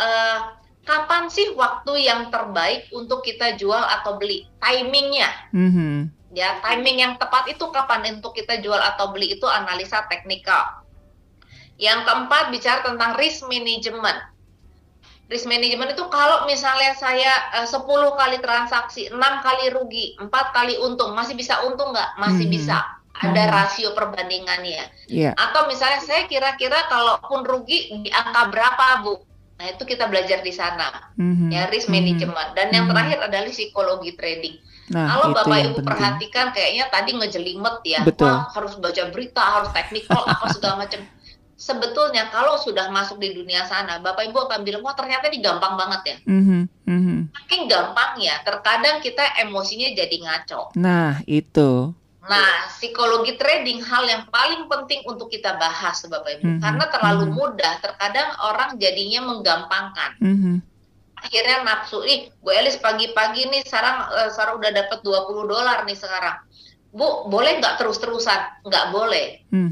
kapan sih waktu yang terbaik untuk kita jual atau beli. Timingnya. Ya, timing yang tepat itu kapan untuk kita jual atau beli, itu analisa teknikal. Yang keempat bicara tentang risk management. Risk management itu kalau misalnya saya 10 kali transaksi, 6 kali rugi, 4 kali untung, masih bisa untung nggak? Masih bisa. Ada rasio perbandingannya. Atau misalnya saya kira-kira kalaupun rugi di angka berapa, Bu? Nah, itu kita belajar di sana. Ya, risk management. Dan yang terakhir adalah psikologi trading. Nah, kalau Bapak Ibu penting. Perhatikan kayaknya tadi ngejelimet ya. Wah, harus baca berita, harus teknikal, apa segala macam. Sebetulnya kalau sudah masuk di dunia sana, Bapak Ibu akan bilang, wah ternyata ini gampang banget ya. Saking gampang ya, terkadang kita emosinya jadi ngaco. Nah, itu. Nah, psikologi trading hal yang paling penting untuk kita bahas, Bapak Ibu. Karena terlalu mudah, terkadang orang jadinya menggampangkan. Akhirnya nafsu, Bu Elis pagi-pagi nih, sekarang udah dapat $20 nih sekarang. Bu, boleh nggak terus-terusan? Nggak boleh.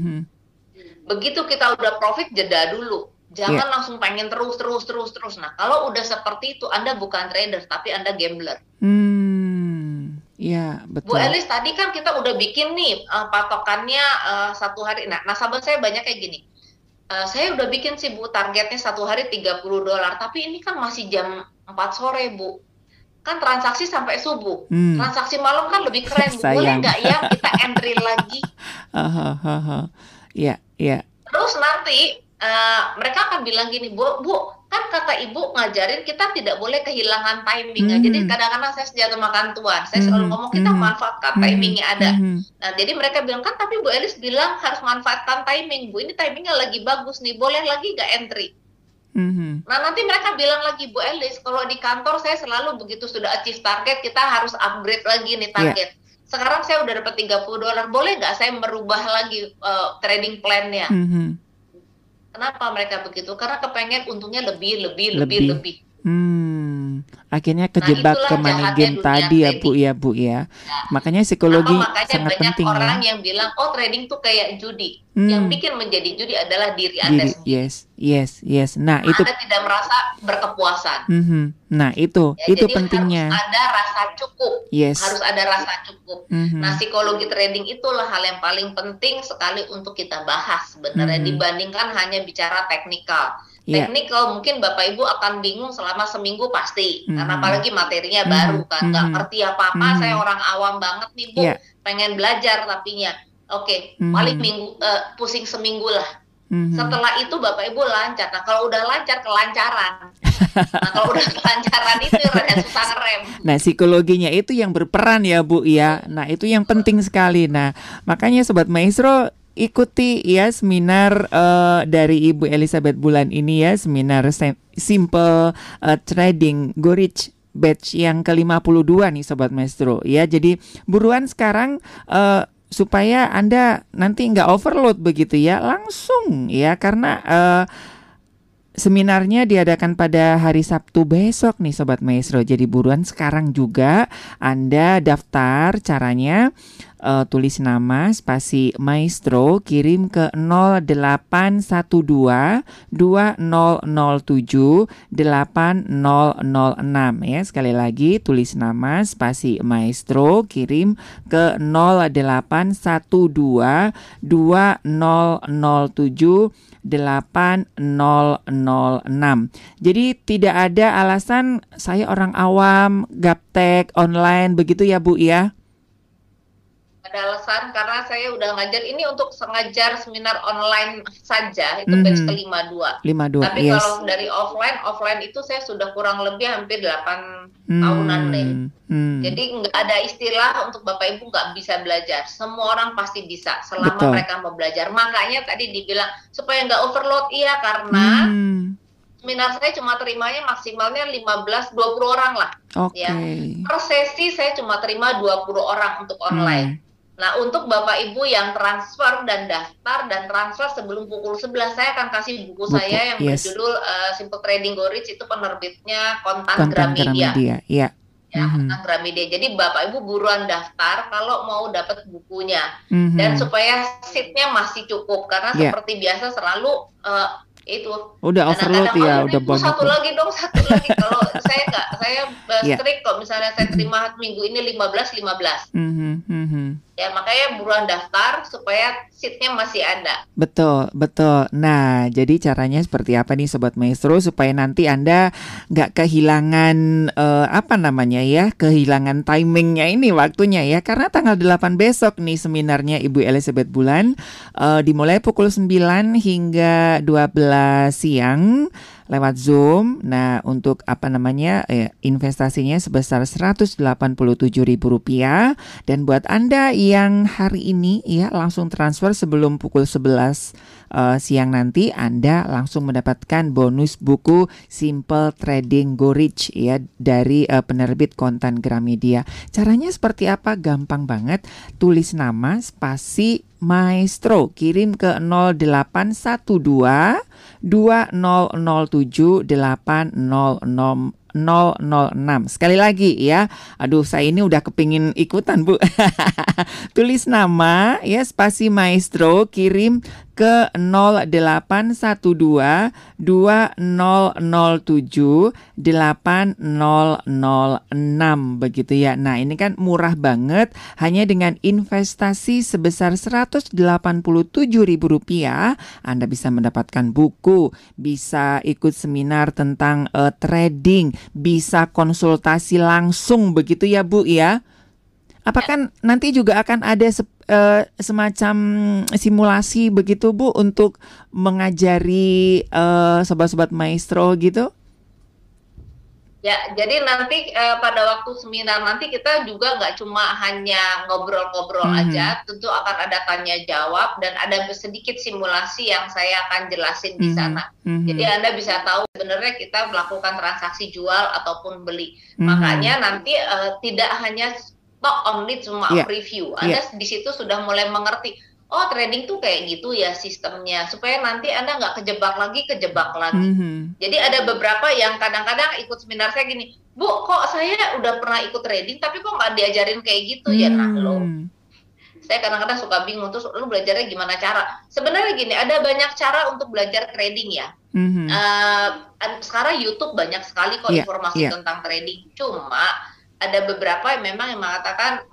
Begitu kita udah profit, jeda dulu. Jangan langsung pengen terus. Nah, kalau udah seperti itu, Anda bukan trader, tapi Anda gambler. Ya, betul. Bu Elis, tadi kan kita udah bikin nih patokannya 1 hari. Nah, nasabah saya banyak kayak gini. Saya udah bikin sih, Bu, targetnya 1 hari $30. Tapi ini kan masih jam 4 sore, Bu. Kan transaksi sampai subuh. Transaksi malam kan lebih keren, Bu. Boleh nggak ya kita entry lagi? Iya. Terus nanti mereka akan bilang gini, Bu, kan kata Ibu ngajarin kita tidak boleh kehilangan timing. Jadi kadang-kadang saya senjata makan tuan. Saya selalu ngomong kita manfaatkan timingnya ada. Nah, jadi mereka bilang, kan tapi Bu Elis bilang harus manfaatkan timing. Bu, ini timingnya lagi bagus nih, boleh lagi nggak entry? Nah, nanti mereka bilang lagi, Bu Elis, kalau di kantor saya selalu begitu sudah achieve target, kita harus upgrade lagi nih target. Sekarang saya udah dapat $30, boleh nggak saya merubah lagi trading plan-nya? Kenapa mereka begitu? Karena kepengen untungnya lebih. Akhirnya kejebak ke money game tadi ya Bu ya. Makanya psikologi sangat penting ya. Banyak orang yang bilang, oh trading tuh kayak judi. Yang bikin menjadi judi adalah diri Anda sendiri. Yes. Nah, itu Anda tidak merasa berkepuasan. Nah, itu pentingnya. Harus ada rasa cukup. Harus ada rasa cukup. Nah, psikologi trading itulah hal yang paling penting sekali untuk kita bahas sebenarnya dibandingkan hanya bicara teknikal. Iya. Technical mungkin Bapak Ibu akan bingung selama seminggu pasti, karena Mhm. apalagi materinya Mhm. baru kan, nggak Mhm. ngerti apa-apa, saya Mhm. orang awam banget nih Bu, Iya. pengen belajar tapinya. Oke, paling Mhm. pusing seminggu lah. Mhm. Setelah itu Bapak Ibu lancar. Nah kalau udah lancar, kelancaran. Nah kalau udah kelancaran itu rada susah ngerem. Nah, psikologinya itu yang berperan ya, Bu ya. Nah, itu yang penting sekali. Nah, makanya Sobat Maestro ikuti ya seminar dari Ibu Elizabeth Bulan ini ya, seminar Simple Trading Go Rich batch yang ke-52 nih Sobat Maestro ya. Jadi buruan sekarang supaya Anda nanti nggak overload begitu ya, langsung ya, karena seminarnya diadakan pada hari Sabtu besok nih Sobat Maestro. Jadi buruan sekarang juga Anda daftar. Caranya tulis nama spasi Maestro, kirim ke 0812 2007 8006 ya. Sekali lagi tulis nama spasi Maestro, kirim ke 0812 2007 8006. Jadi tidak ada alasan saya orang awam, gaptek, online begitu ya Bu ya? Ada alasan karena saya udah ngajar ini untuk sengajar seminar online saja itu batch ke-52. 52, Tapi yes. kalau dari offline itu saya sudah kurang lebih hampir 8 tahunan nih. Jadi nggak ada istilah untuk Bapak Ibu nggak bisa belajar. Semua orang pasti bisa selama mereka mau belajar. Makanya tadi dibilang supaya nggak overload, iya, karena seminar saya cuma terimanya maksimalnya 15-20 orang lah. Ya. Per sesi saya cuma terima 20 orang untuk online. Nah, untuk Bapak Ibu yang transfer dan daftar dan transfer sebelum pukul 11, saya akan kasih buku saya yang berjudul Simple Trading Go Rich, itu penerbitnya Kontan Gramedia. Ya. Ya, Kontan Gramedia. Jadi Bapak Ibu buruan daftar kalau mau dapat bukunya. Dan supaya seatnya masih cukup, karena seperti biasa selalu itu udah overload ya, udah banyak. Satu lagi kalau saya nggak, saya strict kok, misalnya saya terima minggu ini 15. Ya makanya buruan daftar supaya seatnya masih ada. Betul. Nah, jadi caranya seperti apa nih Sobat Maestro supaya nanti Anda nggak kehilangan kehilangan timingnya ini, waktunya ya, karena tanggal 8 besok nih seminarnya Ibu Elizabeth Bulan dimulai pukul 9 hingga 12 siang lewat Zoom. Nah, untuk investasinya sebesar Rp187.000, dan buat Anda yang hari ini ya langsung transfer sebelum pukul 11 siang nanti, Anda langsung mendapatkan bonus buku Simple Trading Go Rich ya dari penerbit Kontan Gramedia. Caranya seperti apa? Gampang banget. Tulis nama spasi Maestro, kirim ke 0812 2007 8006. Sekali lagi ya. Aduh, saya ini udah kepingin ikutan, Bu. Tulis nama ya spasi Maestro, kirim ke 0812 2007 8006 begitu ya. Nah, ini kan murah banget, hanya dengan investasi sebesar Rp187.000 Anda bisa mendapatkan buku, bisa ikut seminar tentang trading, bisa konsultasi langsung begitu ya Bu ya. Apakah nanti juga akan ada semacam simulasi begitu Bu untuk mengajari sobat-sobat maestro gitu? Ya, jadi nanti pada waktu seminar nanti kita juga nggak cuma hanya ngobrol-ngobrol aja, tentu akan ada tanya jawab dan ada sedikit simulasi yang saya akan jelasin di sana. Jadi Anda bisa tahu sebenarnya kita melakukan transaksi jual ataupun beli. Makanya nanti tidak hanya only cuma preview. Anda di situ sudah mulai mengerti, oh trading tuh kayak gitu ya sistemnya, supaya nanti Anda nggak kejebak lagi. Jadi ada beberapa yang kadang-kadang ikut seminar saya gini, Bu, kok saya udah pernah ikut trading tapi kok nggak diajarin kayak gitu ya? Nah lo, saya kadang-kadang suka bingung, terus lu belajarnya gimana cara? Sebenarnya gini, ada banyak cara untuk belajar trading ya. Sekarang YouTube banyak sekali kok informasi tentang trading. Cuma ada beberapa yang memang yang mengatakan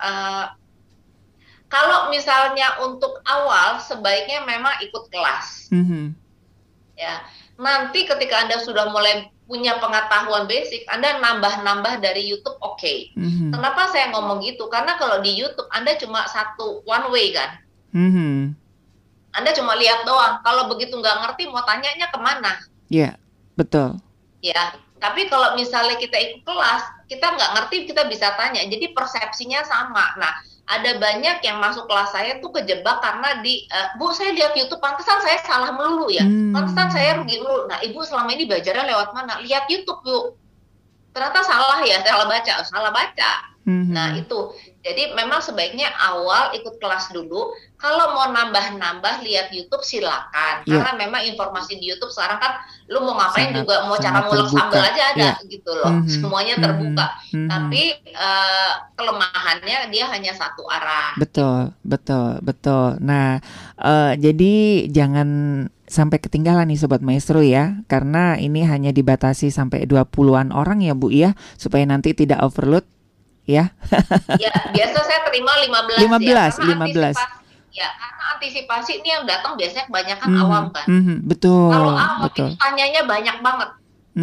kalau misalnya untuk awal sebaiknya memang ikut kelas. Ya, Nanti ketika Anda sudah mulai punya pengetahuan basic, Anda nambah-nambah dari YouTube, oke. Kenapa saya ngomong gitu? Karena kalau di YouTube Anda cuma satu one way kan. Anda cuma lihat doang. Kalau begitu nggak ngerti, mau tanyanya kemana? Iya, betul. Ya, tapi kalau misalnya kita ikut kelas, kita nggak ngerti, kita bisa tanya. Jadi persepsinya sama. Nah, ada banyak yang masuk kelas saya tuh kejebak karena Bu, saya lihat YouTube, pantesan saya salah melulu ya. Pantesan saya rugi melulu. Nah, Ibu selama ini belajarnya lewat mana? Lihat YouTube, Bu. Ternyata salah ya, salah baca. Nah, itu. Jadi memang sebaiknya awal ikut kelas dulu. Kalau mau nambah-nambah lihat YouTube silakan. Karena memang informasi di YouTube sekarang kan lu mau ngapain juga, mau cara ngulek sambal aja ada gitu loh. Semuanya terbuka. Tapi kelemahannya dia hanya satu arah. Betul. Nah, jadi jangan sampai ketinggalan nih Sobat Maestro ya, karena ini hanya dibatasi sampai 20-an orang ya Bu ya, supaya nanti tidak overload ya. Ya, biasa saya terima 15 ya. Ya, karena antisipasi ini yang datang biasanya kebanyakan awam kan. Betul. Kalau awam itu tanyanya banyak banget.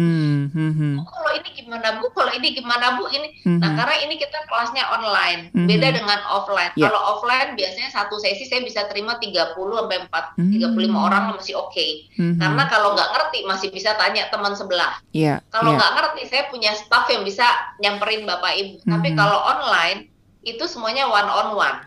Kalau ini gimana Bu? Kalau ini gimana Bu? Ini. Nah, karena ini kita kelasnya online, beda dengan offline. Kalau offline biasanya satu sesi saya bisa terima 30 sampai 35 orang masih oke. Karena kalau nggak ngerti masih bisa tanya teman sebelah. Kalau nggak ngerti saya punya staff yang bisa nyamperin Bapak Ibu. Tapi kalau online itu semuanya one on one.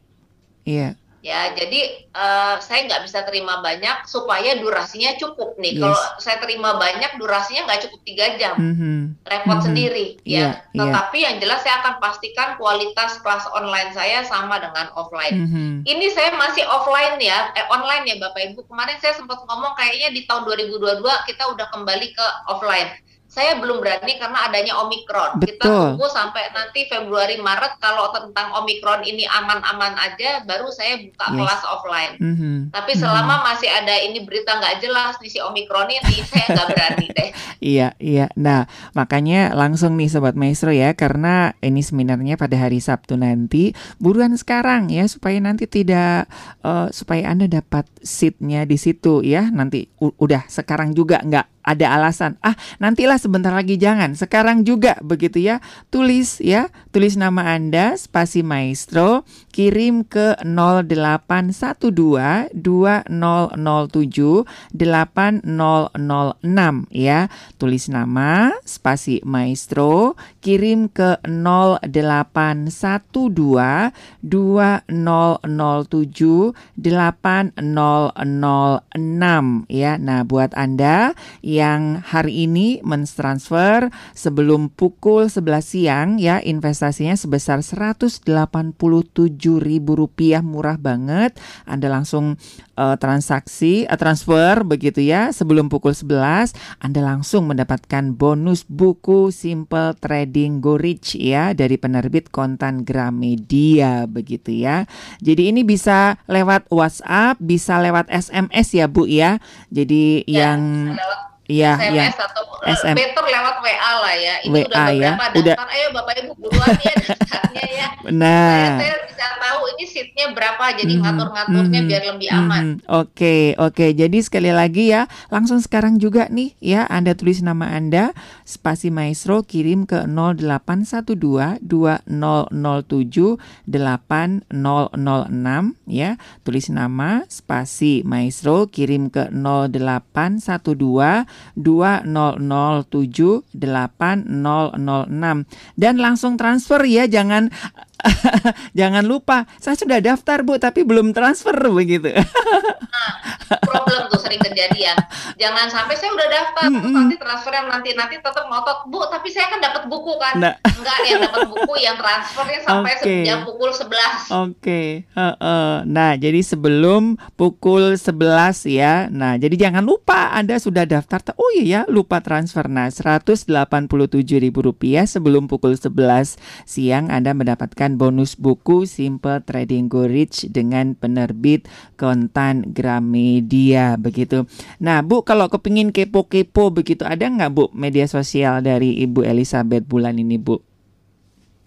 Ya, jadi saya nggak bisa terima banyak supaya durasinya cukup nih. Kalau saya terima banyak, durasinya nggak cukup 3 jam. Repot sendiri. Ya. Tetapi yang jelas saya akan pastikan kualitas kelas online saya sama dengan offline. Ini saya masih offline ya, online ya Bapak Ibu. Kemarin saya sempat ngomong kayaknya di tahun 2022 kita udah kembali ke offline. Saya belum berani karena adanya Omikron. Kita tunggu sampai nanti Februari Maret kalau tentang Omikron ini aman-aman aja, baru saya buka kelas offline. Tapi selama masih ada ini berita nggak jelas nih si Omikron ini, saya nggak berani deh. Iya. Nah, makanya langsung nih Sobat Maestro ya, karena ini seminarnya pada hari Sabtu nanti, buruan sekarang ya supaya nanti tidak supaya Anda dapat seatnya di situ ya. Nanti udah sekarang juga nggak ada alasan, nantilah sebentar lagi, jangan, sekarang juga begitu ya. Tulis nama Anda, spasi Maestro, kirim ke 0812 2007 8006 ya. Tulis nama, spasi Maestro, kirim ke 0812 2007 8006 ya. Nah, buat Anda yang hari ini mentransfer sebelum pukul 11 siang ya, investasinya sebesar Rp187.000, murah banget. Anda langsung transfer begitu ya, sebelum pukul 11 Anda langsung mendapatkan bonus buku Simple Trading Go Rich ya dari penerbit Kontan Gramedia begitu ya. Jadi ini bisa lewat WhatsApp, bisa lewat SMS ya Bu ya. Jadi SMS atau better lewat WA lah ya. Ini udah beberapa daftar. Ayo Bapak Ibu buruan ya daftarnya ya. Benar. Saya bisa tahu ini seatnya berapa, jadi ngatur-ngaturnya biar lebih aman. Oke. Jadi sekali lagi ya, langsung sekarang juga nih ya, Anda tulis nama Anda, spasi Maestro, kirim ke 0812 2007 8006 ya. Tulis nama, spasi Maestro, kirim ke 0812 2007 8006 dan langsung transfer ya, jangan lupa, saya sudah daftar Bu tapi belum transfer begitu. Nah, problem tuh sering kejadian. Jangan sampai saya udah daftar terus nanti transfernya nanti tetap ngotot, Bu tapi saya kan dapat buku kan. Enggak, yang dapat buku yang transfernya sampai jam pukul 11. Nah, jadi sebelum pukul 11 ya. Nah, jadi jangan lupa Anda sudah daftar. Oh iya ya, lupa transfer. Nah, Rp187.000 sebelum pukul 11 siang Anda mendapatkan bonus buku Simple Trading Go Rich dengan penerbit Kontan Gramedia begitu. Nah Bu, kalau kepingin kepo-kepo begitu, ada nggak Bu media sosial dari Ibu Elizabeth Bulan ini Bu?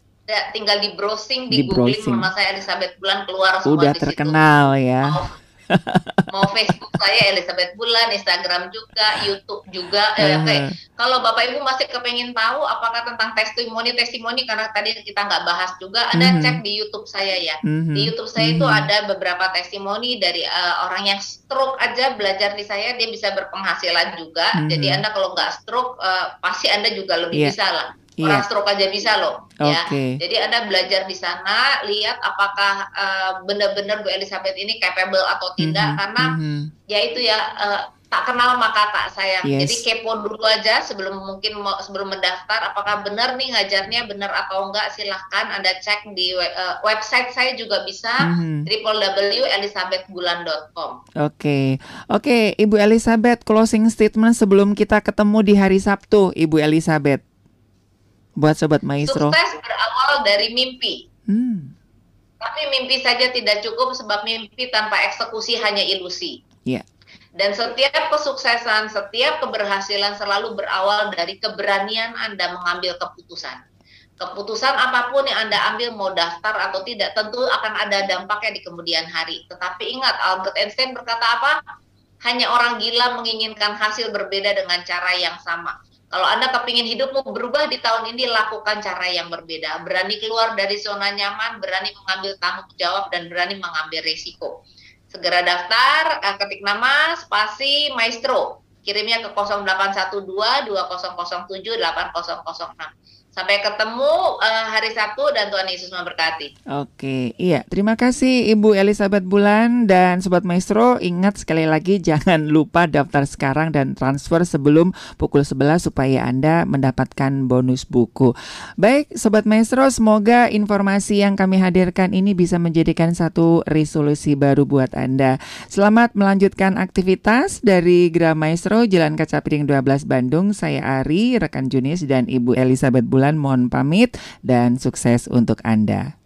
Tinggal di browsing, di googling nama saya Elizabeth Bulan, keluar semua udah di terkenal situ. Ya. Mau Facebook saya Elizabeth Bulan, Instagram juga, YouTube juga. Oke. Kalau Bapak Ibu masih kepengen tahu apakah tentang testimoni karena tadi kita nggak bahas juga, Anda cek di YouTube saya ya. Di YouTube saya itu ada beberapa testimoni dari orang yang stroke aja belajar di saya, dia bisa berpenghasilan juga. Jadi Anda kalau nggak stroke, pasti Anda juga lebih bisa lah. Orang stroke aja bisa loh, ya. Jadi Anda belajar di sana, lihat apakah benar-benar Bu Elizabeth ini capable atau tidak, karena ya itu ya tak kenal maka tak sayang. Jadi kepo dulu aja sebelum mendaftar, apakah benar nih ngajarnya benar atau enggak, silahkan Anda cek di website saya juga bisa, www.elizabethbulan.com. Oke, Ibu Elizabeth, closing statement sebelum kita ketemu di hari Sabtu, Ibu Elizabeth. Buat Sobat Maestro. Sukses berawal dari mimpi. Tapi mimpi saja tidak cukup, sebab mimpi tanpa eksekusi hanya ilusi. Dan setiap kesuksesan, setiap keberhasilan selalu berawal dari keberanian Anda mengambil keputusan. Keputusan apapun yang Anda ambil, mau daftar atau tidak, tentu akan ada dampaknya di kemudian hari. Tetapi ingat, Albert Einstein berkata apa? Hanya orang gila menginginkan hasil berbeda dengan cara yang sama. Kalau Anda kepingin hidupmu berubah di tahun ini, lakukan cara yang berbeda. Berani keluar dari zona nyaman, berani mengambil tanggung jawab, dan berani mengambil risiko. Segera daftar, ketik nama, spasi, Maestro. Kirimnya ke 0812-2007-8006. Sampai ketemu hari Sabtu, dan Tuhan Yesus memberkati. Oke, iya. Terima kasih Ibu Elizabeth Bulan dan Sobat Maestro. Ingat sekali lagi, jangan lupa daftar sekarang dan transfer sebelum pukul 11 supaya Anda mendapatkan bonus buku. Baik, Sobat Maestro, semoga informasi yang kami hadirkan ini bisa menjadikan satu resolusi baru buat Anda. Selamat melanjutkan aktivitas dari Gra Maestro, Jalan Kaca Piring 12 Bandung. Saya Ari, rekan Junis dan Ibu Elizabeth Bulan mohon pamit dan sukses untuk Anda.